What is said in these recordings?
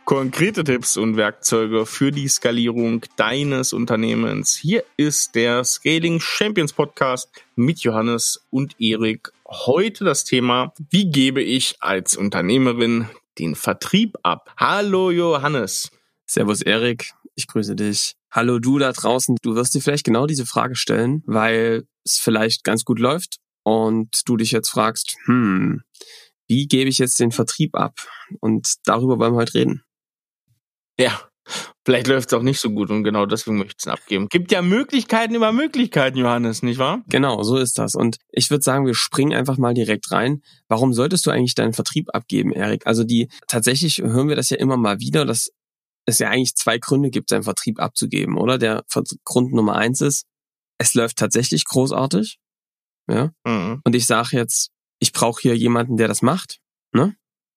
Konkrete Tipps und Werkzeuge für die Skalierung deines Unternehmens. Hier ist der Scaling Champions Podcast mit Johannes und Erik. Heute das Thema: Wie gebe ich als Unternehmerin den Vertrieb ab? Hallo Johannes. Servus Erik, ich grüße dich. Hallo du da draußen. Du wirst dir vielleicht genau diese Frage stellen, weil es vielleicht ganz gut läuft und du dich jetzt fragst, wie gebe ich jetzt den Vertrieb ab? Und darüber wollen wir heute reden. Ja, vielleicht läuft es auch nicht so gut und genau deswegen möchte ich es abgeben. Gibt ja Möglichkeiten über Möglichkeiten, Johannes, nicht wahr? Genau, so ist das. Und ich würde sagen, wir springen einfach mal direkt rein. Warum solltest du eigentlich deinen Vertrieb abgeben, Erik? Also tatsächlich hören wir das ja immer mal wieder, dass es ja eigentlich 2 Gründe gibt, seinen Vertrieb abzugeben, oder? Der Grund Nummer 1 ist, es läuft tatsächlich großartig. Ja. Mhm. Und ich sage jetzt, ich brauche hier jemanden, der das macht. Ne?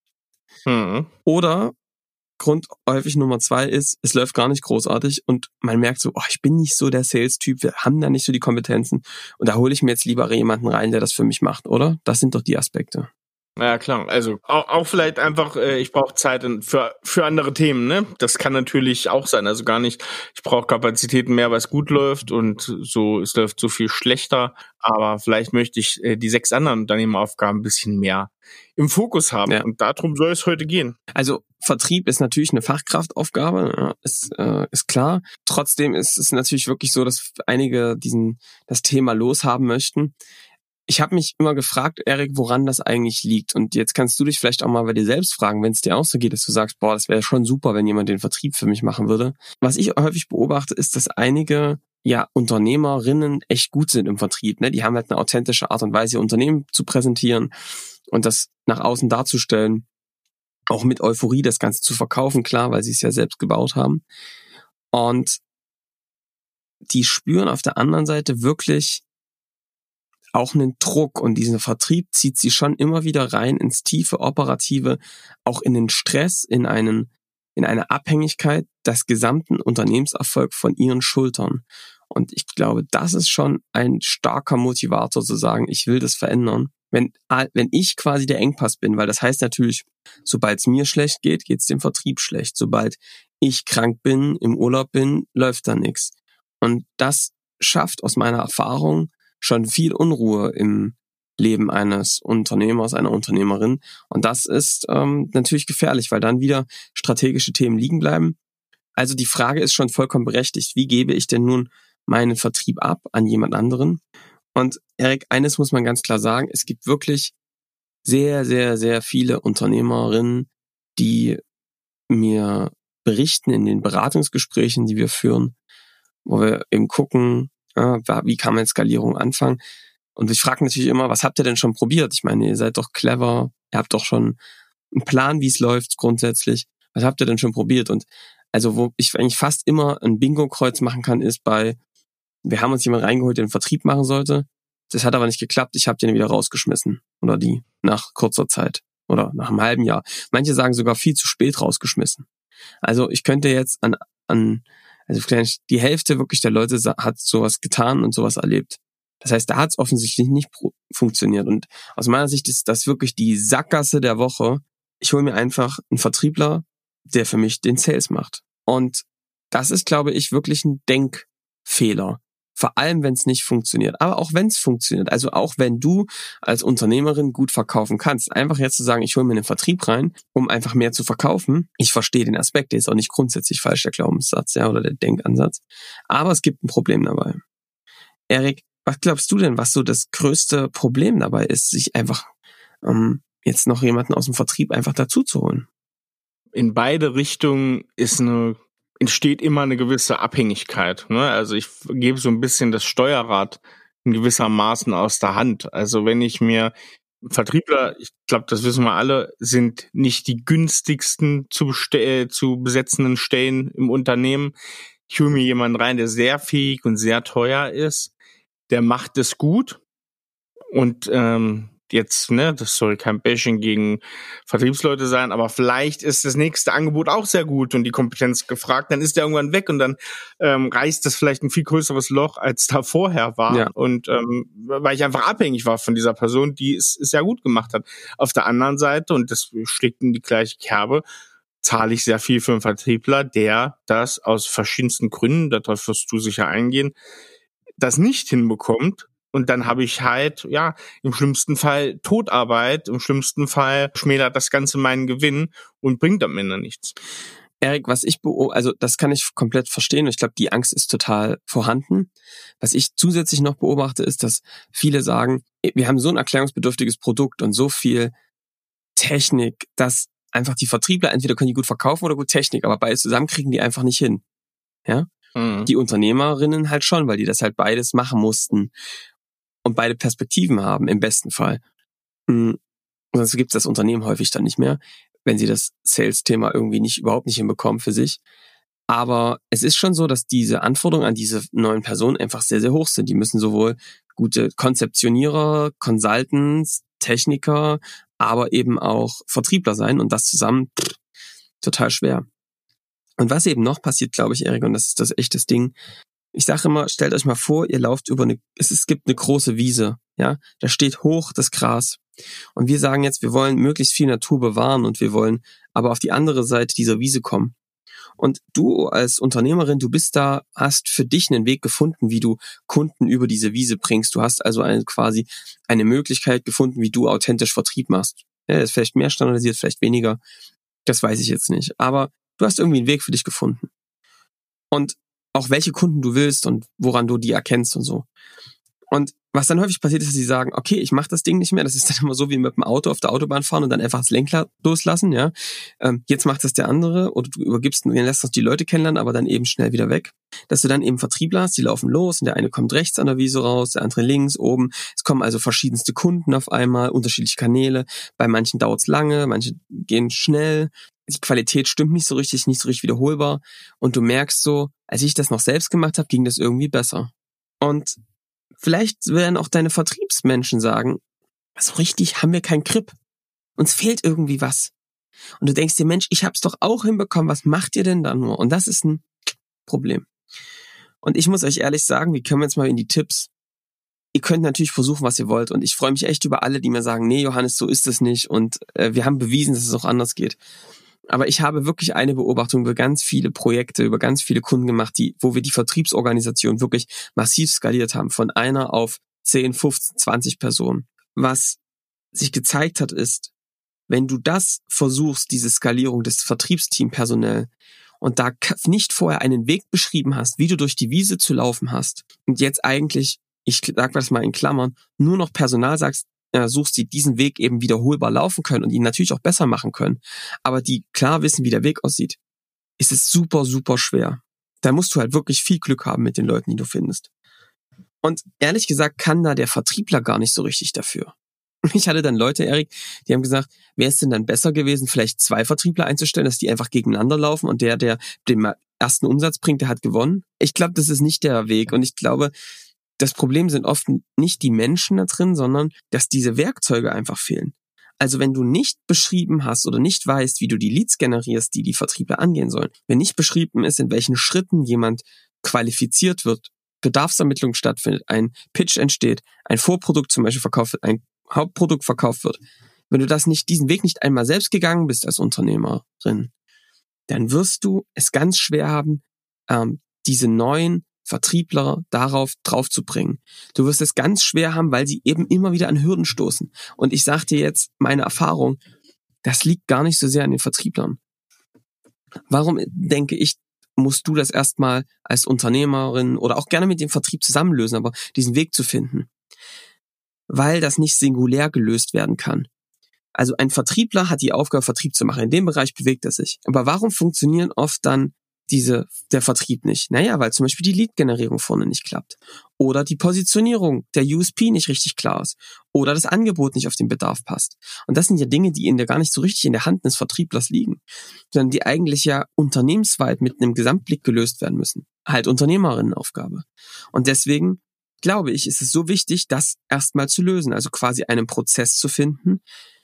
Mhm. Oder Grund häufig Nummer 2 ist, es läuft gar nicht großartig und man merkt so, ich bin nicht so der Sales-Typ, wir haben da nicht so die Kompetenzen und da hole ich mir jetzt lieber jemanden rein, der das für mich macht, oder? Das sind doch die Aspekte. Ja, klar. Also auch vielleicht einfach, ich brauche Zeit für andere Themen, ne? Das kann natürlich auch sein. Also gar nicht, ich brauche Kapazitäten mehr, weil es gut läuft und so, es läuft so viel schlechter. Aber vielleicht möchte ich die 6 anderen Unternehmeraufgaben ein bisschen mehr im Fokus haben. Ja. Und darum soll es heute gehen. Also Vertrieb ist natürlich eine Fachkraftaufgabe, ist klar. Trotzdem ist es natürlich wirklich so, dass einige das Thema loshaben möchten. Ich habe mich immer gefragt, Erik, woran das eigentlich liegt. Und jetzt kannst du dich vielleicht auch mal bei dir selbst fragen, wenn es dir auch so geht, dass du sagst, das wäre schon super, wenn jemand den Vertrieb für mich machen würde. Was ich häufig beobachte, ist, dass einige Unternehmerinnen echt gut sind im Vertrieb. Ne? Die haben halt eine authentische Art und Weise, ihr Unternehmen zu präsentieren und das nach außen darzustellen. Auch mit Euphorie das Ganze zu verkaufen, klar, weil sie es ja selbst gebaut haben. Und die spüren auf der anderen Seite wirklich auch einen Druck und dieser Vertrieb zieht sie schon immer wieder rein ins tiefe Operative, auch in den Stress, in eine Abhängigkeit des gesamten Unternehmenserfolg von ihren Schultern. Und ich glaube, das ist schon ein starker Motivator zu sagen, ich will das verändern. Wenn ich quasi der Engpass bin, weil das heißt natürlich, sobald es mir schlecht geht, geht es dem Vertrieb schlecht. Sobald ich krank bin, im Urlaub bin, läuft da nichts. Und das schafft aus meiner Erfahrung schon viel Unruhe im Leben eines Unternehmers, einer Unternehmerin. Und das ist natürlich gefährlich, weil dann wieder strategische Themen liegen bleiben. Also die Frage ist schon vollkommen berechtigt. Wie gebe ich denn nun meinen Vertrieb ab an jemand anderen? Und Erik, eines muss man ganz klar sagen, es gibt wirklich sehr, sehr, sehr viele Unternehmerinnen, die mir berichten in den Beratungsgesprächen, die wir führen, wo wir eben gucken, wie kann man Skalierung anfangen? Und ich frage natürlich immer, was habt ihr denn schon probiert? Ich meine, ihr seid doch clever, ihr habt doch schon einen Plan, wie es läuft grundsätzlich. Was habt ihr denn schon probiert? Und also wo ich eigentlich fast immer ein Bingo-Kreuz machen kann, ist wir haben uns jemanden reingeholt, der den Vertrieb machen sollte. Das hat aber nicht geklappt, ich habe den wieder rausgeschmissen. Oder die nach kurzer Zeit. Oder nach einem halben Jahr. Manche sagen sogar viel zu spät rausgeschmissen. Also ich könnte jetzt also vielleicht die Hälfte wirklich der Leute hat sowas getan und sowas erlebt. Das heißt, da hat es offensichtlich nicht funktioniert. Und aus meiner Sicht ist das wirklich die Sackgasse der Woche. Ich hole mir einfach einen Vertriebler, der für mich den Sales macht. Und das ist, glaube ich, wirklich ein Denkfehler. Vor allem, wenn es nicht funktioniert. Aber auch wenn es funktioniert. Also auch wenn du als Unternehmerin gut verkaufen kannst. Einfach jetzt zu sagen, ich hole mir einen Vertrieb rein, um einfach mehr zu verkaufen. Ich verstehe den Aspekt, der ist auch nicht grundsätzlich falsch, der Glaubenssatz, oder der Denkansatz. Aber es gibt ein Problem dabei. Erik, was glaubst du denn, was so das größte Problem dabei ist, sich einfach jetzt noch jemanden aus dem Vertrieb einfach dazu zu holen? In beide Richtungen entsteht immer eine gewisse Abhängigkeit. Ne? Also ich gebe so ein bisschen das Steuerrad in gewissermaßen aus der Hand. Also wenn ich mir Vertriebler, ich glaube, das wissen wir alle, sind nicht die günstigsten zu besetzenden Stellen im Unternehmen. Ich hole mir jemanden rein, der sehr fähig und sehr teuer ist. Der macht es gut. Und jetzt, das soll kein Bashing gegen Vertriebsleute sein, aber vielleicht ist das nächste Angebot auch sehr gut und die Kompetenz gefragt, dann ist der irgendwann weg und dann reißt das vielleicht ein viel größeres Loch, als da vorher war. Ja. Und weil ich einfach abhängig war von dieser Person, die es sehr gut gemacht hat. Auf der anderen Seite, und das schlägt in die gleiche Kerbe, zahle ich sehr viel für einen Vertriebler, der das aus verschiedensten Gründen, darauf wirst du sicher eingehen, das nicht hinbekommt. Und dann habe ich halt, ja, im schlimmsten Fall Totarbeit, im schlimmsten Fall schmälert das Ganze meinen Gewinn und bringt am Ende nichts. Erik, also das kann ich komplett verstehen. Ich glaube, die Angst ist total vorhanden. Was ich zusätzlich noch beobachte, ist, dass viele sagen, wir haben so ein erklärungsbedürftiges Produkt und so viel Technik, dass einfach die Vertriebler entweder können die gut verkaufen oder gut Technik, aber beides zusammen kriegen die einfach nicht hin. Ja? Die Unternehmerinnen halt schon, weil die das halt beides machen mussten und beide Perspektiven haben, im besten Fall. Sonst gibt es das Unternehmen häufig dann nicht mehr, wenn sie das Sales-Thema irgendwie überhaupt nicht hinbekommen für sich. Aber es ist schon so, dass diese Anforderungen an diese neuen Personen einfach sehr, sehr hoch sind. Die müssen sowohl gute Konzeptionierer, Consultants, Techniker, aber eben auch Vertriebler sein und das zusammen total schwer. Und was eben noch passiert, glaube ich, Erik, und das ist das echte Ding, ich sage immer, stellt euch mal vor, ihr lauft über es gibt eine große Wiese, ja, da steht hoch das Gras. Und wir sagen jetzt, wir wollen möglichst viel Natur bewahren und wir wollen aber auf die andere Seite dieser Wiese kommen. Und du als Unternehmerin, hast für dich einen Weg gefunden, wie du Kunden über diese Wiese bringst. Du hast also quasi eine Möglichkeit gefunden, wie du authentisch Vertrieb machst. Ja, das ist vielleicht mehr standardisiert, vielleicht weniger. Das weiß ich jetzt nicht. Aber du hast irgendwie einen Weg für dich gefunden. Und auch welche Kunden du willst und woran du die erkennst und so. Und was dann häufig passiert ist, dass sie sagen, okay, ich mache das Ding nicht mehr. Das ist dann immer so wie mit dem Auto auf der Autobahn fahren und dann einfach das Lenkrad loslassen. Ja, jetzt macht das der andere oder du lässt das die Leute kennenlernen, aber dann eben schnell wieder weg. Dass du dann eben Vertriebler hast, die laufen los und der eine kommt rechts an der Wiese raus, der andere links, oben. Es kommen also verschiedenste Kunden auf einmal, unterschiedliche Kanäle. Bei manchen dauert's lange, manche gehen schnell. Die Qualität stimmt nicht so richtig wiederholbar. Und du merkst so, als ich das noch selbst gemacht habe, ging das irgendwie besser. Und vielleicht werden auch deine Vertriebsmenschen sagen, so richtig haben wir keinen Grip. Uns fehlt irgendwie was. Und du denkst dir, Mensch, ich hab's doch auch hinbekommen, was macht ihr denn da nur? Und das ist ein Problem. Und ich muss euch ehrlich sagen, wir kommen jetzt mal in die Tipps. Ihr könnt natürlich versuchen, was ihr wollt. Und ich freue mich echt über alle, die mir sagen, nee, Johannes, so ist es nicht. Und wir haben bewiesen, dass es auch anders geht. Aber ich habe wirklich eine Beobachtung über ganz viele Projekte, über ganz viele Kunden gemacht, wo wir die Vertriebsorganisation wirklich massiv skaliert haben, von einer auf 10, 15, 20 Personen. Was sich gezeigt hat, ist, wenn du das versuchst, diese Skalierung des Vertriebsteams personell, und da nicht vorher einen Weg beschrieben hast, wie du durch die Wiese zu laufen hast, und jetzt eigentlich, ich sag das mal in Klammern, nur noch Personal suchst, die diesen Weg eben wiederholbar laufen können und ihn natürlich auch besser machen können, aber die klar wissen, wie der Weg aussieht, ist es super, super schwer. Da musst du halt wirklich viel Glück haben mit den Leuten, die du findest. Und ehrlich gesagt kann da der Vertriebler gar nicht so richtig dafür. Ich hatte dann Leute, Erik, die haben gesagt, wäre es denn dann besser gewesen, vielleicht 2 Vertriebler einzustellen, dass die einfach gegeneinander laufen und der den ersten Umsatz bringt, der hat gewonnen? Ich glaube, das ist nicht der Weg und ich glaube, das Problem sind oft nicht die Menschen da drin, sondern dass diese Werkzeuge einfach fehlen. Also wenn du nicht beschrieben hast oder nicht weißt, wie du die Leads generierst, die Vertriebler angehen sollen, wenn nicht beschrieben ist, in welchen Schritten jemand qualifiziert wird, Bedarfsermittlung stattfindet, ein Pitch entsteht, ein Vorprodukt zum Beispiel verkauft wird, ein Hauptprodukt verkauft wird, wenn du diesen Weg nicht einmal selbst gegangen bist als Unternehmerin, dann wirst du es ganz schwer haben, diese neuen Vertriebler drauf zu bringen. Du wirst es ganz schwer haben, weil sie eben immer wieder an Hürden stoßen. Und ich sage dir jetzt meine Erfahrung, das liegt gar nicht so sehr an den Vertrieblern. Warum, denke ich, musst du das erstmal als Unternehmerin oder auch gerne mit dem Vertrieb zusammenlösen, aber diesen Weg zu finden? Weil das nicht singulär gelöst werden kann. Also ein Vertriebler hat die Aufgabe, Vertrieb zu machen. In dem Bereich bewegt er sich. Aber warum funktionieren oft dann der Vertrieb nicht? Naja, weil zum Beispiel die Lead-Generierung vorne nicht klappt. Oder die Positionierung, der USP nicht richtig klar ist. Oder das Angebot nicht auf den Bedarf passt. Und das sind ja Dinge, die gar nicht so richtig in der Hand des Vertrieblers liegen. Sondern die eigentlich ja unternehmensweit mit einem Gesamtblick gelöst werden müssen. Halt Unternehmerinnenaufgabe. Und deswegen glaube ich, ist es so wichtig, das erstmal zu lösen. Also quasi einen Prozess zu finden.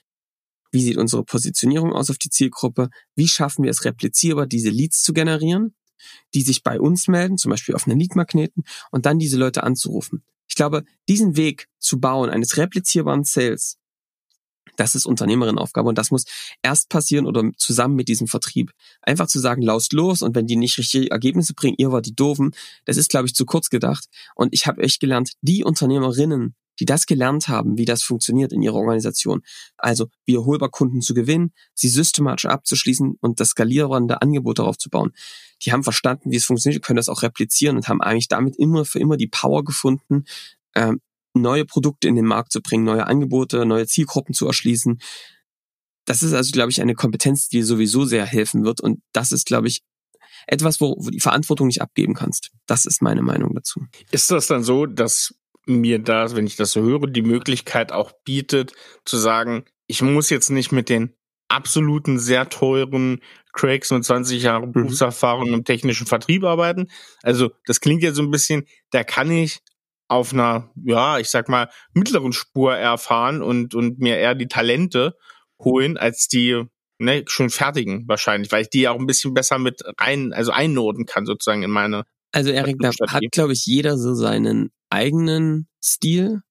Wie sieht unsere Positionierung aus auf die Zielgruppe? Wie schaffen wir es replizierbar, diese Leads zu generieren, die sich bei uns melden, zum Beispiel auf einen Leadmagneten, und dann diese Leute anzurufen? Ich glaube, diesen Weg zu bauen, eines replizierbaren Sales, Das ist Unternehmerinnenaufgabe und das muss erst passieren oder zusammen mit diesem Vertrieb. Einfach zu sagen, laust los und wenn die nicht richtige Ergebnisse bringen, ihr wart die Doofen, das ist, glaube ich, zu kurz gedacht. Und ich habe echt gelernt, die Unternehmerinnen, die das gelernt haben, wie das funktioniert in ihrer Organisation, also wiederholbar Kunden zu gewinnen, sie systematisch abzuschließen und das skalierende Angebot darauf zu bauen, die haben verstanden, wie es funktioniert, können das auch replizieren und haben eigentlich damit immer für immer die Power gefunden, neue Produkte in den Markt zu bringen, neue Angebote, neue Zielgruppen zu erschließen. Das ist also, glaube ich, eine Kompetenz, die sowieso sehr helfen wird. Und das ist, glaube ich, etwas, wo die Verantwortung nicht abgeben kannst. Das ist meine Meinung dazu. Ist das dann so, dass mir das, wenn ich das so höre, die Möglichkeit auch bietet, zu sagen, ich muss jetzt nicht mit den absoluten, sehr teuren Cracks und 20 Jahre Berufserfahrung im technischen Vertrieb arbeiten? Also das klingt ja so ein bisschen, da kann ich auf einer, ja, ich sag mal, mittleren Spur erfahren und mir eher die Talente holen, als die schon fertigen wahrscheinlich, weil ich die auch ein bisschen besser mit einnorden kann sozusagen in meine. Also Erik, da hat, glaube ich, jeder so seinen eigenen Stil.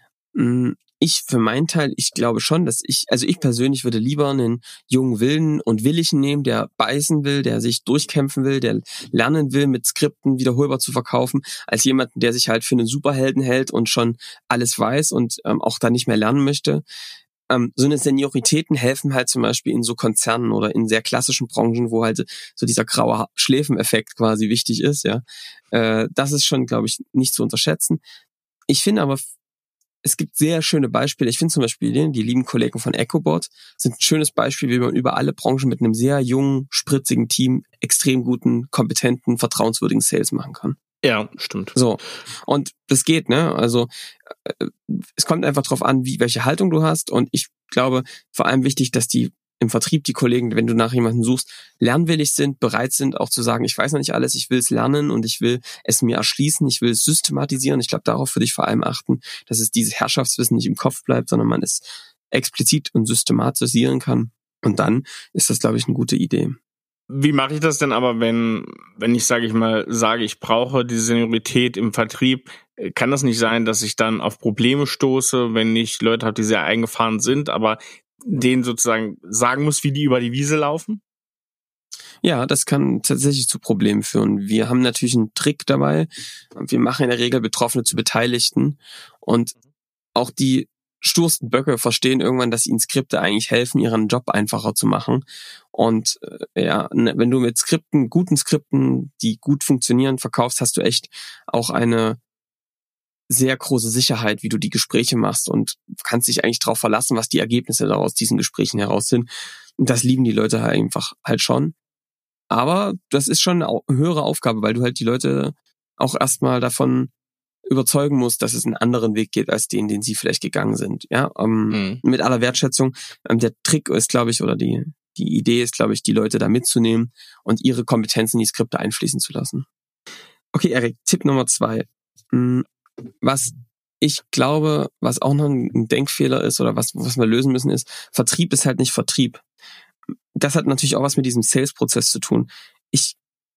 Ich für meinen Teil, ich glaube schon, dass ich persönlich würde lieber einen jungen Willen und Willigen nehmen, der beißen will, der sich durchkämpfen will, der lernen will, mit Skripten wiederholbar zu verkaufen, als jemanden, der sich halt für einen Superhelden hält und schon alles weiß und auch da nicht mehr lernen möchte. So eine Senioritäten helfen halt zum Beispiel in so Konzernen oder in sehr klassischen Branchen, wo halt so dieser graue Schläfeneffekt quasi wichtig ist, ja. Das ist schon, glaube ich, nicht zu unterschätzen. Ich finde aber, es gibt sehr schöne Beispiele. Ich finde zum Beispiel die lieben Kollegen von EchoBot sind ein schönes Beispiel, wie man über alle Branchen mit einem sehr jungen, spritzigen Team extrem guten, kompetenten, vertrauenswürdigen Sales machen kann. Ja, stimmt. So. Und das geht, ne? Also, es kommt einfach drauf an, welche Haltung du hast. Und ich glaube, vor allem wichtig, dass die im Vertrieb, die Kollegen, wenn du nach jemandem suchst, lernwillig sind, bereit sind, auch zu sagen, ich weiß noch nicht alles, ich will es lernen und ich will es mir erschließen, ich will es systematisieren. Ich glaube, darauf würde ich vor allem achten, dass es dieses Herrschaftswissen nicht im Kopf bleibt, sondern man es explizit und systematisieren kann. Und dann ist das, glaube ich, eine gute Idee. Wie mache ich das denn aber, wenn ich, sage, ich brauche diese Seniorität im Vertrieb? Kann das nicht sein, dass ich dann auf Probleme stoße, wenn ich Leute habe, die sehr eingefahren sind, aber denen sozusagen sagen muss, wie die über die Wiese laufen? Ja, das kann tatsächlich zu Problemen führen. Wir haben natürlich einen Trick dabei. Wir machen in der Regel Betroffene zu Beteiligten und auch die stursten Böcke verstehen irgendwann, dass ihnen Skripte eigentlich helfen, ihren Job einfacher zu machen. Und wenn du mit guten Skripten, die gut funktionieren, verkaufst, hast du echt auch eine sehr große Sicherheit, wie du die Gespräche machst und kannst dich eigentlich darauf verlassen, was die Ergebnisse daraus diesen Gesprächen heraus sind. Und das lieben die Leute halt einfach halt schon. Aber das ist schon eine höhere Aufgabe, weil du halt die Leute auch erstmal davon überzeugen musst, dass es einen anderen Weg geht als den sie vielleicht gegangen sind. Ja, mit aller Wertschätzung. Der Trick ist, glaube ich, oder die Idee ist, glaube ich, die Leute da mitzunehmen und ihre Kompetenzen in die Skripte einfließen zu lassen. Okay, Erik, Tipp Nummer 2. Was ich glaube, was auch noch ein Denkfehler ist oder was wir lösen müssen, ist, Vertrieb ist halt nicht Vertrieb. Das hat natürlich auch was mit diesem Sales-Prozess zu tun. Ich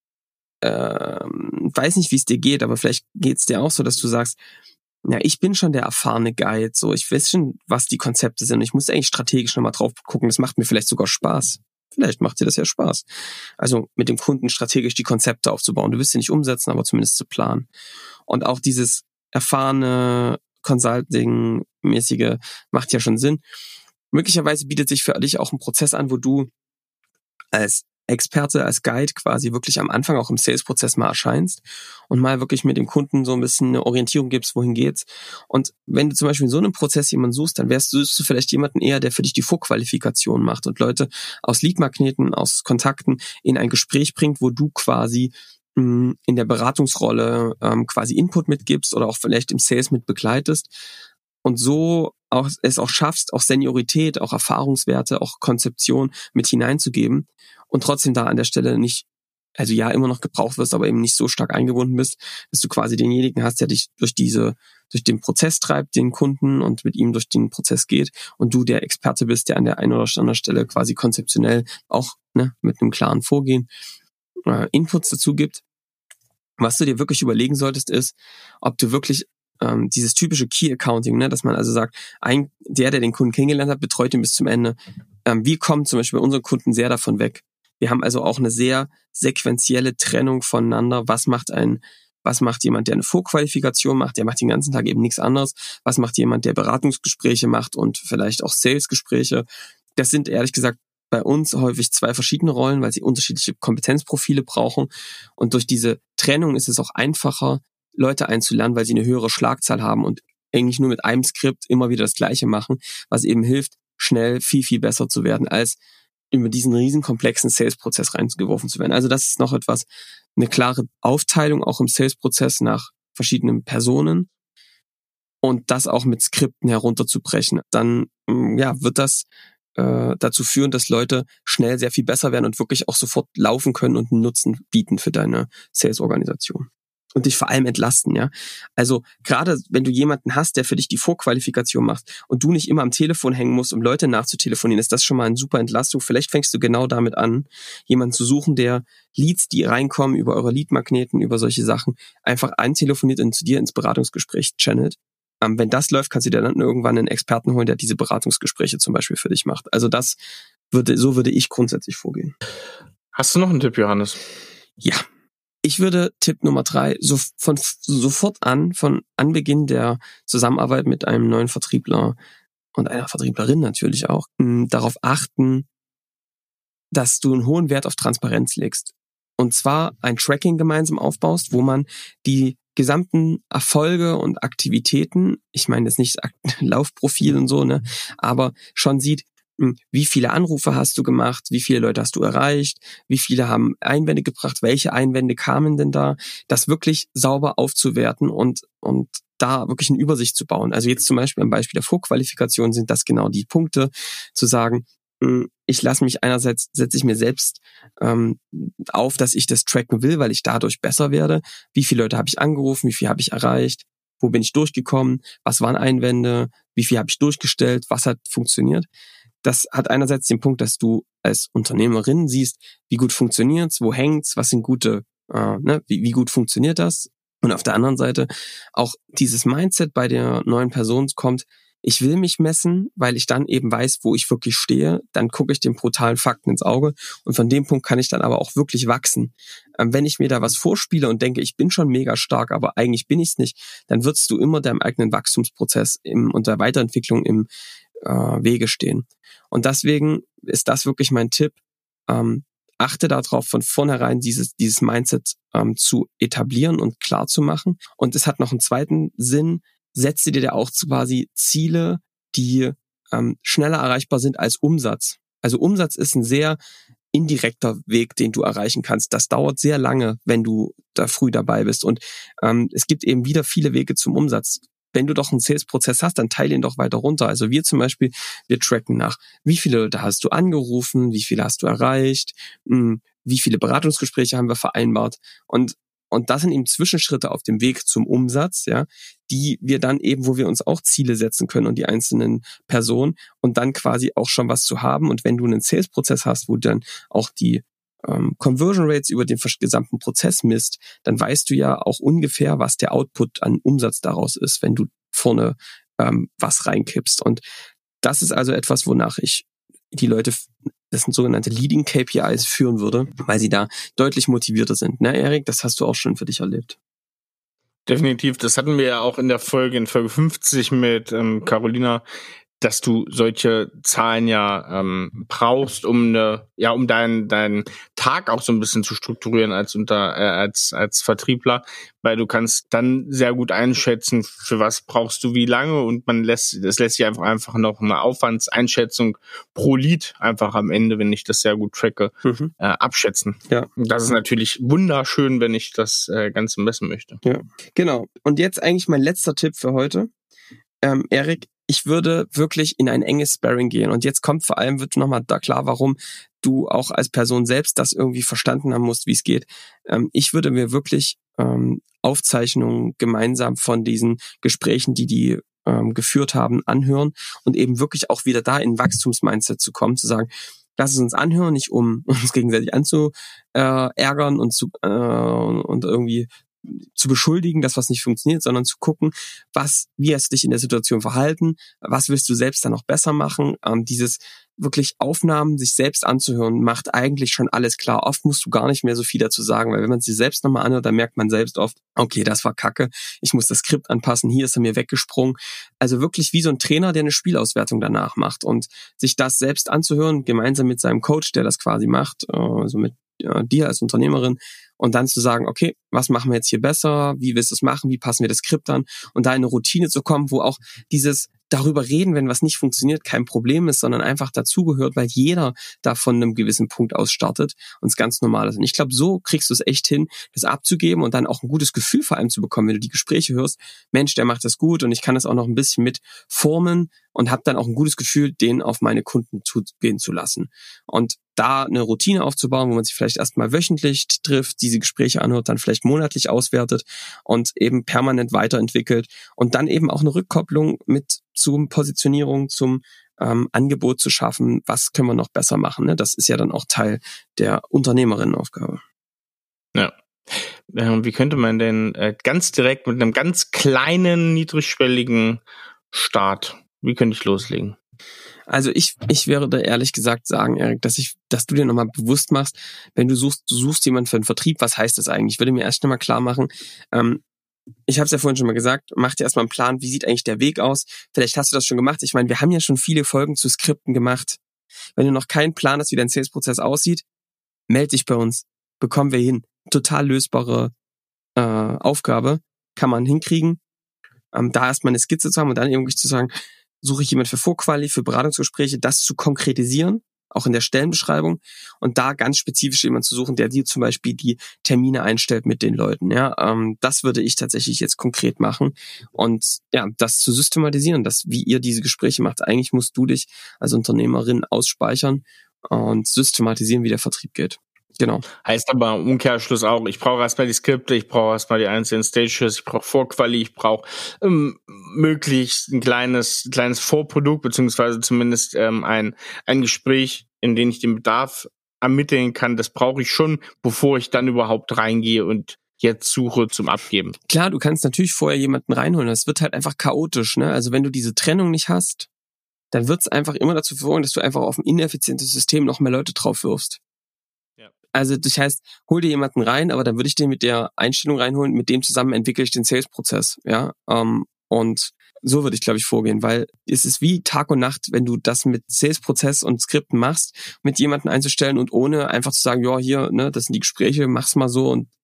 weiß nicht, wie es dir geht, aber vielleicht geht es dir auch so, dass du sagst, ja, ich bin schon der erfahrene Guide, so, ich weiß schon, was die Konzepte sind und ich muss eigentlich strategisch nochmal drauf gucken, das macht mir vielleicht sogar Spaß. Vielleicht macht dir das ja Spaß. Also mit dem Kunden strategisch die Konzepte aufzubauen. Du wirst sie nicht umsetzen, aber zumindest zu planen. Und auch dieses erfahrene Consulting-mäßige macht ja schon Sinn. Möglicherweise bietet sich für dich auch ein Prozess an, wo du als Experte, als Guide quasi wirklich am Anfang auch im Sales-Prozess mal erscheinst und mal wirklich mit dem Kunden so ein bisschen eine Orientierung gibst, wohin geht's. Und wenn du zum Beispiel in so einem Prozess jemanden suchst, dann suchst du vielleicht jemanden eher, der für dich die Vorqualifikation macht und Leute aus Leadmagneten, aus Kontakten in ein Gespräch bringt, wo du quasi in der Beratungsrolle quasi Input mitgibst oder auch vielleicht im Sales mit begleitest und so es auch schaffst, auch Seniorität, auch Erfahrungswerte, auch Konzeption mit hineinzugeben und trotzdem da an der Stelle nicht, also ja, immer noch gebraucht wirst, aber eben nicht so stark eingebunden bist, dass du quasi denjenigen hast, der dich durch den Prozess treibt, den Kunden und mit ihm durch den Prozess geht und du der Experte bist, der an der einen oder anderen Stelle quasi konzeptionell auch mit einem klaren Vorgehen Inputs dazu gibt. Was du dir wirklich überlegen solltest, ist, ob du wirklich dieses typische Key Accounting, ne, dass man also sagt, der den Kunden kennengelernt hat, betreut ihn bis zum Ende. Wir kommen zum Beispiel bei unseren Kunden sehr davon weg. Wir haben also auch eine sehr sequentielle Trennung voneinander. Was macht jemand, der eine Vorqualifikation macht? Der macht den ganzen Tag eben nichts anderes. Was macht jemand, der Beratungsgespräche macht und vielleicht auch Salesgespräche? Das sind ehrlich gesagt bei uns häufig 2 verschiedene Rollen, weil sie unterschiedliche Kompetenzprofile brauchen. Und durch diese Trennung ist es auch einfacher, Leute einzulernen, weil sie eine höhere Schlagzahl haben und eigentlich nur mit einem Skript immer wieder das Gleiche machen, was eben hilft, schnell viel, viel besser zu werden, als über diesen riesen komplexen Sales-Prozess reingeworfen zu werden. Also das ist noch etwas, eine klare Aufteilung auch im Sales-Prozess nach verschiedenen Personen und das auch mit Skripten herunterzubrechen. Dann wird das dazu führen, dass Leute schnell sehr viel besser werden und wirklich auch sofort laufen können und einen Nutzen bieten für deine Sales-Organisation. Und dich vor allem entlasten, ja. Also gerade wenn du jemanden hast, der für dich die Vorqualifikation macht und du nicht immer am Telefon hängen musst, um Leute nachzutelefonieren, ist das schon mal eine super Entlastung. Vielleicht fängst du genau damit an, jemanden zu suchen, der Leads, die reinkommen über eure Leadmagneten, über solche Sachen, einfach eintelefoniert und zu dir ins Beratungsgespräch channelt. Wenn das läuft, kannst du dir dann irgendwann einen Experten holen, der diese Beratungsgespräche zum Beispiel für dich macht. Also so würde ich grundsätzlich vorgehen. Hast du noch einen Tipp, Johannes? Ja. Ich würde Tipp Nummer 3 von Anbeginn der Zusammenarbeit mit einem neuen Vertriebler und einer Vertrieblerin natürlich auch, darauf achten, dass du einen hohen Wert auf Transparenz legst. Und zwar ein Tracking gemeinsam aufbaust, wo man die gesamten Erfolge und Aktivitäten, ich meine jetzt nicht Laufprofil und so, ne, aber schon sieht, wie viele Anrufe hast du gemacht, wie viele Leute hast du erreicht, wie viele haben Einwände gebracht, welche Einwände kamen denn da, das wirklich sauber aufzuwerten und da wirklich eine Übersicht zu bauen. Also jetzt zum Beispiel am Beispiel der Vorqualifikation sind das genau die Punkte, zu sagen, setze ich mir selbst auf, dass ich das tracken will, weil ich dadurch besser werde. Wie viele Leute habe ich angerufen, wie viel habe ich erreicht, wo bin ich durchgekommen, was waren Einwände, wie viel habe ich durchgestellt, was hat funktioniert. Das hat einerseits den Punkt, dass du als Unternehmerin siehst, wie gut funktioniert's, wo hängt's, was sind gute, wie gut funktioniert das. Und auf der anderen Seite auch dieses Mindset bei der neuen Person kommt, ich will mich messen, weil ich dann eben weiß, wo ich wirklich stehe. Dann gucke ich den brutalen Fakten ins Auge und von dem Punkt kann ich dann aber auch wirklich wachsen. Wenn ich mir da was vorspiele und denke, ich bin schon mega stark, aber eigentlich bin ich es nicht, dann wirst du immer deinem eigenen Wachstumsprozess und der Weiterentwicklung im Wege stehen. Und deswegen ist das wirklich mein Tipp. Achte darauf, von vornherein dieses Mindset zu etablieren und klar zu machen. Und es hat noch einen zweiten Sinn. Setze dir da auch quasi Ziele, die schneller erreichbar sind als Umsatz. Also Umsatz ist ein sehr indirekter Weg, den du erreichen kannst. Das dauert sehr lange, wenn du da früh dabei bist. Und es gibt eben wieder viele Wege zum Umsatz. Wenn du doch einen Sales-Prozess hast, dann teile ihn doch weiter runter. Also wir zum Beispiel, wir tracken nach, wie viele Leute hast du angerufen, wie viele hast du erreicht, wie viele Beratungsgespräche haben wir vereinbart. Und das sind eben Zwischenschritte auf dem Weg zum Umsatz, ja, die wir dann eben, wo wir uns auch Ziele setzen können und die einzelnen Personen und dann quasi auch schon was zu haben. Und wenn du einen Sales-Prozess hast, wo du dann auch die Conversion Rates über den gesamten Prozess misst, dann weißt du ja auch ungefähr, was der Output an Umsatz daraus ist, wenn du vorne was reinkippst. Und das ist also etwas, wonach ich die Leute, das sind sogenannte Leading KPIs, führen würde, weil sie da deutlich motivierter sind. Ne, Erik, das hast du auch schon für dich erlebt. Definitiv, das hatten wir ja auch in Folge 50 mit Carolina, dass du solche Zahlen ja brauchst, um deinen Tag auch so ein bisschen zu strukturieren als Vertriebler, weil du kannst dann sehr gut einschätzen, für was brauchst du wie lange und es lässt sich einfach noch eine Aufwandseinschätzung pro Lead einfach am Ende, wenn ich das sehr gut tracke, abschätzen. Ja. Und das ist natürlich wunderschön, wenn ich das Ganze messen möchte. Ja, genau. Und jetzt eigentlich mein letzter Tipp für heute. Erik, ich würde wirklich in ein enges Sparring gehen. Und jetzt wird nochmal da klar, warum du auch als Person selbst das irgendwie verstanden haben musst, wie es geht. Ich würde mir wirklich Aufzeichnungen gemeinsam von diesen Gesprächen, die geführt haben, anhören und eben wirklich auch wieder da in Wachstumsmindset zu kommen, zu sagen, lass es uns anhören, nicht um uns gegenseitig anzuärgern und irgendwie zu beschuldigen, dass was nicht funktioniert, sondern zu gucken, wie hast du dich in der Situation verhalten, was willst du selbst dann noch besser machen. Dieses wirklich Aufnahmen, sich selbst anzuhören, macht eigentlich schon alles klar. Oft musst du gar nicht mehr so viel dazu sagen, weil wenn man sich selbst nochmal anhört, dann merkt man selbst oft, okay, das war Kacke, ich muss das Skript anpassen, hier ist er mir weggesprungen. Also wirklich wie so ein Trainer, der eine Spielauswertung danach macht und sich das selbst anzuhören, gemeinsam mit seinem Coach, der das quasi macht, also mit dir als Unternehmerin, und dann zu sagen, okay, was machen wir jetzt hier besser, wie willst du es machen, wie passen wir das Skript an, und da in eine Routine zu kommen, wo auch dieses darüber reden, wenn was nicht funktioniert, kein Problem ist, sondern einfach dazugehört, weil jeder da von einem gewissen Punkt aus startet und es ganz normal ist. Und ich glaube, so kriegst du es echt hin, das abzugeben und dann auch ein gutes Gefühl vor allem zu bekommen, wenn du die Gespräche hörst, Mensch, der macht das gut und ich kann das auch noch ein bisschen mit formen und habe dann auch ein gutes Gefühl, den auf meine Kunden zugehen zu lassen. Und da eine Routine aufzubauen, wo man sich vielleicht erstmal wöchentlich trifft, diese Gespräche anhört, dann vielleicht monatlich auswertet und eben permanent weiterentwickelt und dann eben auch eine Rückkopplung mit zum Positionierung, zum Angebot zu schaffen, was können wir noch besser machen. Ne? Das ist ja dann auch Teil der Unternehmerinnenaufgabe. Ja. Wie könnte man denn ganz direkt mit einem ganz kleinen, niedrigschwelligen Start, wie könnte ich loslegen? Also ich würde ehrlich gesagt sagen, Erik, dass du dir nochmal bewusst machst, wenn du suchst jemanden für einen Vertrieb, was heißt das eigentlich? Ich würde mir erst nochmal klar machen, ich habe es ja vorhin schon mal gesagt, mach dir erstmal einen Plan, wie sieht eigentlich der Weg aus? Vielleicht hast du das schon gemacht. Ich meine, wir haben ja schon viele Folgen zu Skripten gemacht. Wenn du noch keinen Plan hast, wie dein Sales-Prozess aussieht, melde dich bei uns. Bekommen wir hin. Total lösbare Aufgabe. Kann man hinkriegen. Da erstmal eine Skizze zu haben und dann irgendwie zu sagen, suche ich jemand für Vorquali, für Beratungsgespräche, das zu konkretisieren, auch in der Stellenbeschreibung, und da ganz spezifisch jemand zu suchen, der dir zum Beispiel die Termine einstellt mit den Leuten. Ja, das würde ich tatsächlich jetzt konkret machen und ja, das zu systematisieren, wie ihr diese Gespräche macht. Eigentlich musst du dich als Unternehmerin ausspeichern und systematisieren, wie der Vertrieb geht. Genau. Heißt aber im Umkehrschluss auch, ich brauche erstmal die Skripte, ich brauche erstmal die einzelnen Stages, ich brauche Vorquali, ich brauche möglichst ein kleines Vorprodukt, beziehungsweise zumindest ein Gespräch, in dem ich den Bedarf ermitteln kann. Das brauche ich schon, bevor ich dann überhaupt reingehe und jetzt suche zum Abgeben. Klar, du kannst natürlich vorher jemanden reinholen, das wird halt einfach chaotisch, ne? Also wenn du diese Trennung nicht hast, dann wird es einfach immer dazu führen, dass du einfach auf ein ineffizientes System noch mehr Leute drauf wirfst. Also das heißt, hol dir jemanden rein, aber dann würde ich den mit der Einstellung reinholen, mit dem zusammen entwickle ich den Sales-Prozess, ja. Und so würde ich, glaube ich, vorgehen, weil es ist wie Tag und Nacht, wenn du das mit Sales-Prozess und Skripten machst, mit jemanden einzustellen und ohne einfach zu sagen, ja, hier, ne, das sind die Gespräche, mach's mal so, und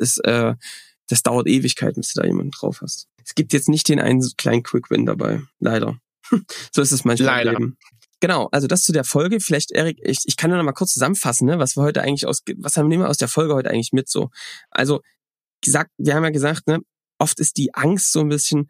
das dauert Ewigkeiten, bis du da jemanden drauf hast. Es gibt jetzt nicht den einen kleinen Quick-Win dabei, leider. So ist es manchmal im Leben. Genau, also das zu der Folge. Vielleicht, Erik, ich kann nur noch mal kurz zusammenfassen, ne, was nehmen wir aus der Folge heute eigentlich mit so. Also wir haben ja gesagt, ne, oft ist die Angst so ein bisschen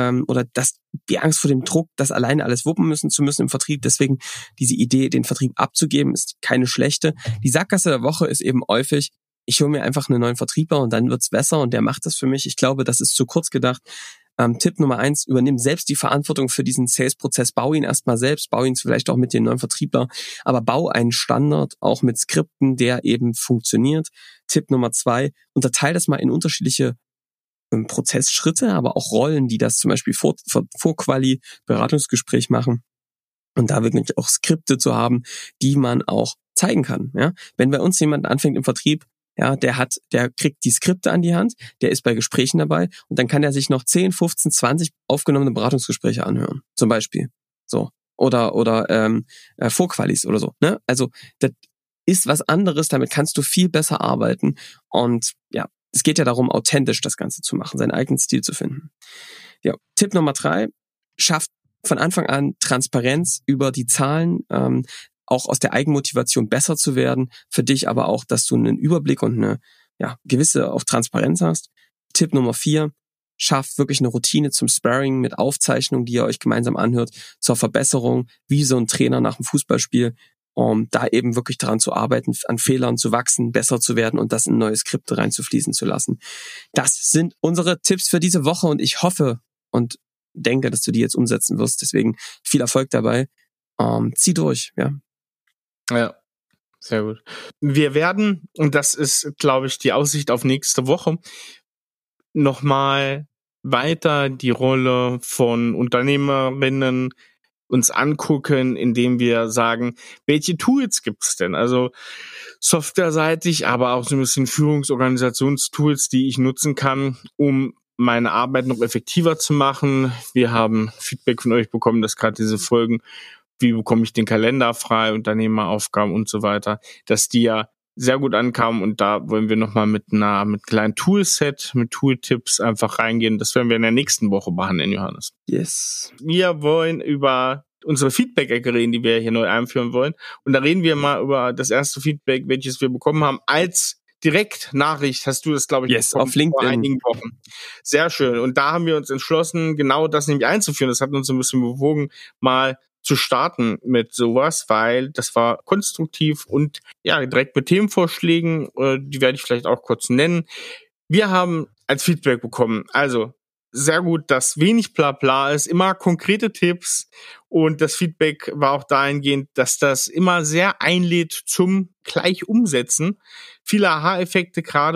die Angst vor dem Druck, das alleine alles wuppen zu müssen im Vertrieb. Deswegen diese Idee, den Vertrieb abzugeben, ist keine schlechte. Die Sackgasse der Woche ist eben häufig, ich hole mir einfach einen neuen Vertriebler und dann wird's besser und der macht das für mich. Ich glaube, das ist zu kurz gedacht. Tipp Nummer 1, übernimm selbst die Verantwortung für diesen Sales-Prozess. Bau ihn erstmal selbst, bau ihn vielleicht auch mit dem neuen Vertriebler, aber bau einen Standard, auch mit Skripten, der eben funktioniert. Tipp Nummer 2, unterteile das mal in unterschiedliche Prozessschritte, aber auch Rollen, die das zum Beispiel vor Quali, Beratungsgespräch machen. Und da wirklich auch Skripte zu haben, die man auch zeigen kann. Ja? Wenn bei uns jemand anfängt im Vertrieb, ja, der kriegt die Skripte an die Hand, der ist bei Gesprächen dabei und dann kann er sich noch 10, 15, 20 aufgenommene Beratungsgespräche anhören, zum Beispiel. So. Oder Vorqualis oder so. Ne? Also das ist was anderes, damit kannst du viel besser arbeiten. Und ja, es geht ja darum, authentisch das Ganze zu machen, seinen eigenen Stil zu finden. Ja, Tipp Nummer 3, schafft von Anfang an Transparenz über die Zahlen, auch aus der Eigenmotivation besser zu werden, für dich aber auch, dass du einen Überblick und eine gewisse auch Transparenz hast. Tipp Nummer 4, schafft wirklich eine Routine zum Sparring mit Aufzeichnungen, die ihr euch gemeinsam anhört, zur Verbesserung, wie so ein Trainer nach dem Fußballspiel, um da eben wirklich daran zu arbeiten, an Fehlern zu wachsen, besser zu werden und das in neue Skripte reinzufließen zu lassen. Das sind unsere Tipps für diese Woche und ich hoffe und denke, dass du die jetzt umsetzen wirst. Deswegen viel Erfolg dabei. Zieh durch, ja. Ja, sehr gut. Wir werden, und das ist, glaube ich, die Aussicht auf nächste Woche, nochmal weiter die Rolle von Unternehmerinnen uns angucken, indem wir sagen, welche Tools gibt's denn? Also softwareseitig, aber auch so ein bisschen Führungsorganisationstools, die ich nutzen kann, um meine Arbeit noch effektiver zu machen. Wir haben Feedback von euch bekommen, dass gerade diese Folgen, wie bekomme ich den Kalender frei, Unternehmeraufgaben und so weiter, dass die ja sehr gut ankamen, und da wollen wir nochmal mit kleinen Toolset, mit Tooltips einfach reingehen. Das werden wir in der nächsten Woche behandeln, Johannes. Yes. Wir wollen über unsere Feedback-Ecke reden, die wir hier neu einführen wollen. Und da reden wir mal über das erste Feedback, welches wir bekommen haben. Als Direktnachricht hast du das, glaube ich, bekommen, auf LinkedIn. Vor einigen Wochen. Sehr schön. Und da haben wir uns entschlossen, genau das nämlich einzuführen. Das hat uns ein bisschen bewogen, mal zu starten mit sowas, weil das war konstruktiv und ja, direkt mit Themenvorschlägen, die werde ich vielleicht auch kurz nennen. Wir haben als Feedback bekommen, also sehr gut, dass wenig Blabla ist, immer konkrete Tipps, und das Feedback war auch dahingehend, dass das immer sehr einlädt zum gleich Umsetzen. Viele Aha-Effekte, gerade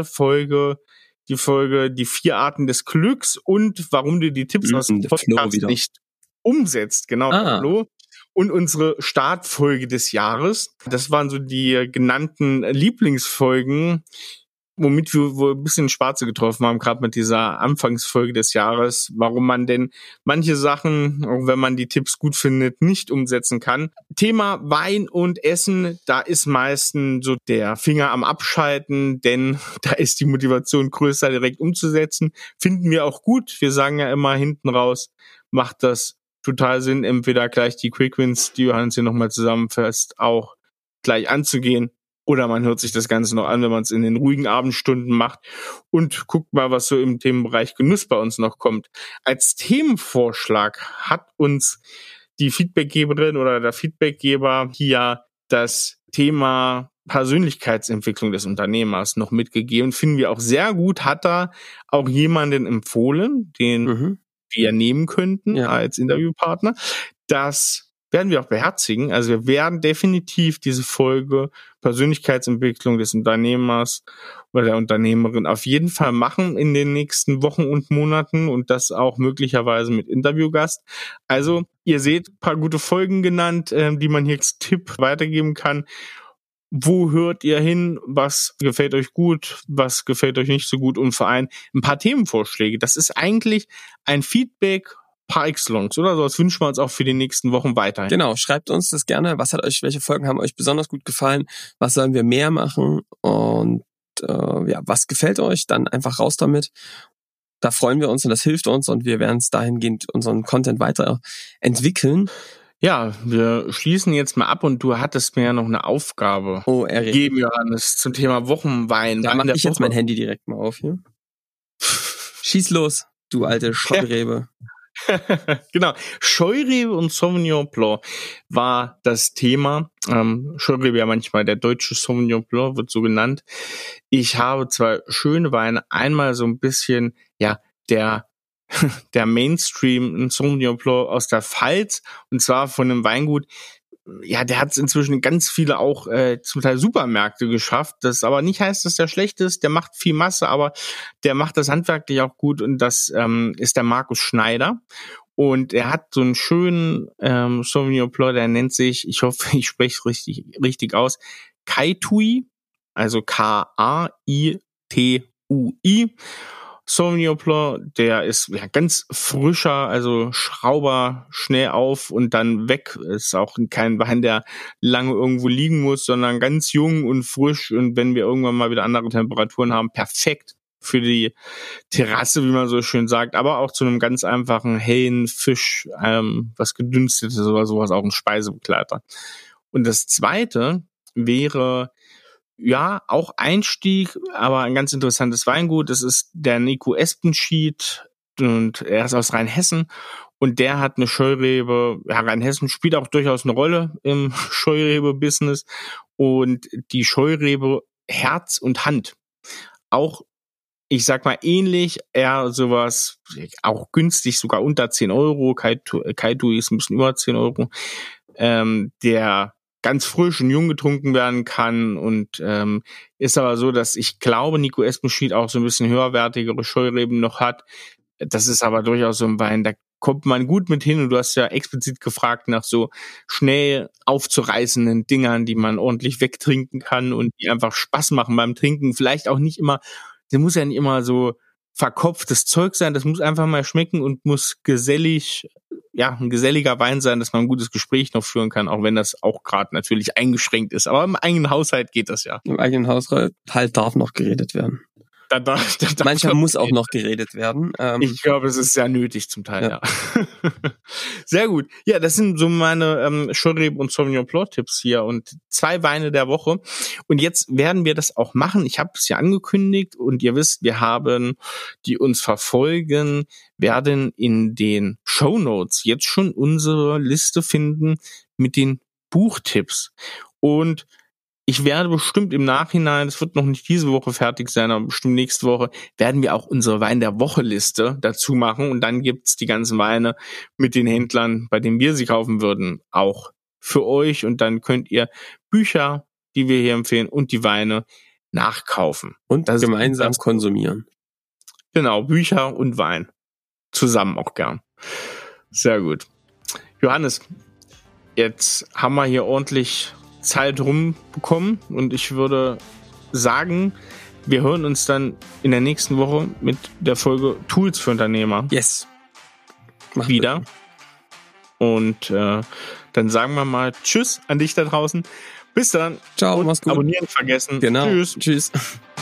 die 4 Arten des Glücks und warum du die Tipps aus dem Podcast nicht umsetzt, genau, Flo. Und unsere Startfolge des Jahres. Das waren so die genannten Lieblingsfolgen, womit wir wohl ein bisschen Schwarze getroffen haben, gerade mit dieser Anfangsfolge des Jahres, warum man denn manche Sachen, auch wenn man die Tipps gut findet, nicht umsetzen kann. Thema Wein und Essen, da ist meistens so der Finger am Abschalten, denn da ist die Motivation größer, direkt umzusetzen. Finden wir auch gut. Wir sagen ja immer hinten raus, macht das total Sinn, entweder gleich die Quick Wins, die Johannes hier nochmal zusammenfasst, auch gleich anzugehen. Oder man hört sich das Ganze noch an, wenn man es in den ruhigen Abendstunden macht und guckt mal, was so im Themenbereich Genuss bei uns noch kommt. Als Themenvorschlag hat uns die Feedbackgeberin oder der Feedbackgeber hier das Thema Persönlichkeitsentwicklung des Unternehmers noch mitgegeben. Finden wir auch sehr gut. Hat da auch jemanden empfohlen, den wir nehmen könnten als Interviewpartner. Das werden wir auch beherzigen. Also wir werden definitiv diese Folge Persönlichkeitsentwicklung des Unternehmers oder der Unternehmerin auf jeden Fall machen in den nächsten Wochen und Monaten, und das auch möglicherweise mit Interviewgast. Also ihr seht, ein paar gute Folgen genannt, die man hier als Tipp weitergeben kann. Wo hört ihr hin? Was gefällt euch gut? Was gefällt euch nicht so gut? Und vor allem ein paar Themenvorschläge. Das ist eigentlich ein Feedback par excellence, oder? So, das wünschen wir uns auch für die nächsten Wochen weiterhin. Genau, schreibt uns das gerne. Welche Folgen haben euch besonders gut gefallen? Was sollen wir mehr machen? Und was gefällt euch? Dann einfach raus damit. Da freuen wir uns und das hilft uns, und wir werden es dahingehend unseren Content weiterentwickeln. Ja, wir schließen jetzt mal ab, und du hattest mir ja noch eine Aufgabe gegeben, Johannes, zum Thema Wochenwein. Da mache ich jetzt mein Handy direkt mal auf hier. Schieß los, du alte Scheurebe. Genau, Scheurebe und Sauvignon Blanc war das Thema. Scheurebe ja manchmal der deutsche Sauvignon Blanc, wird so genannt. Ich habe 2 schöne Weine. Einmal so ein bisschen, der Mainstream, ein Sauvignon Blanc aus der Pfalz, und zwar von einem Weingut. Ja, der hat es inzwischen ganz viele auch zum Teil Supermärkte geschafft. Das aber nicht heißt, dass der schlecht ist. Der macht viel Masse, aber der macht das handwerklich auch gut, und das ist der Markus Schneider. Und er hat so einen schönen Sauvignon Blanc, der nennt sich, ich hoffe, ich spreche es richtig aus, Kaitui, also Kaitui. Sauvignon Blanc, der ist ganz frischer, also Schrauber schnell auf und dann weg. Ist auch kein Wein, der lange irgendwo liegen muss, sondern ganz jung und frisch. Und wenn wir irgendwann mal wieder andere Temperaturen haben, perfekt für die Terrasse, wie man so schön sagt, aber auch zu einem ganz einfachen hellen Fisch, was gedünstetes oder sowas, auch ein Speisebegleiter. Und das zweite wäre auch Einstieg, aber ein ganz interessantes Weingut. Das ist der Nico Espenschied, und er ist aus Rheinhessen, und der hat eine Scheurebe. Rheinhessen spielt auch durchaus eine Rolle im Scheurebe-Business, und die Scheurebe Herz und Hand. Auch, ich sag mal, ähnlich, eher sowas, auch günstig, sogar unter 10 Euro. Kaitui ist ein bisschen über 10 Euro. Der ganz frisch und jung getrunken werden kann und ist aber so, dass ich glaube, Nico Espenschmidt auch so ein bisschen höherwertigere Scheureben noch hat. Das ist aber durchaus so ein Wein, da kommt man gut mit hin und du hast ja explizit gefragt nach so schnell aufzureißenden Dingern, die man ordentlich wegtrinken kann und die einfach Spaß machen beim Trinken. Vielleicht auch nicht immer, der muss ja nicht immer so verkopftes Zeug sein, das muss einfach mal schmecken und muss gesellig, ja, ein geselliger Wein sein, dass man ein gutes Gespräch noch führen kann, auch wenn das auch gerade natürlich eingeschränkt ist. Aber im eigenen Haushalt geht das ja. Im eigenen Haushalt darf noch geredet werden. Manchmal muss auch noch geredet werden. Ich glaube, es ist sehr nötig zum Teil, ja. Sehr gut. Ja, das sind so meine Scheurebe und Sauvignon Blanc Tipps hier und 2 Weine der Woche. Und jetzt werden wir das auch machen. Ich habe es ja angekündigt und ihr wisst, wir haben, die uns verfolgen, werden in den Shownotes jetzt schon unsere Liste finden mit den Buchtipps. Und ich werde bestimmt im Nachhinein, es wird noch nicht diese Woche fertig sein, aber bestimmt nächste Woche, werden wir auch unsere Wein der Woche Liste dazu machen und dann gibt's die ganzen Weine mit den Händlern, bei denen wir sie kaufen würden, auch für euch und dann könnt ihr Bücher, die wir hier empfehlen und die Weine nachkaufen. Und das gemeinsam konsumieren. Genau, Bücher und Wein. Zusammen auch gern. Sehr gut. Johannes, jetzt haben wir hier ordentlich Zeit rumbekommen und ich würde sagen, wir hören uns dann in der nächsten Woche mit der Folge Tools für Unternehmer wieder. Und dann sagen wir mal Tschüss an dich da draußen. Bis dann. Ciao, mach's gut. Abonnieren vergessen. Genau. Tschüss. Tschüss.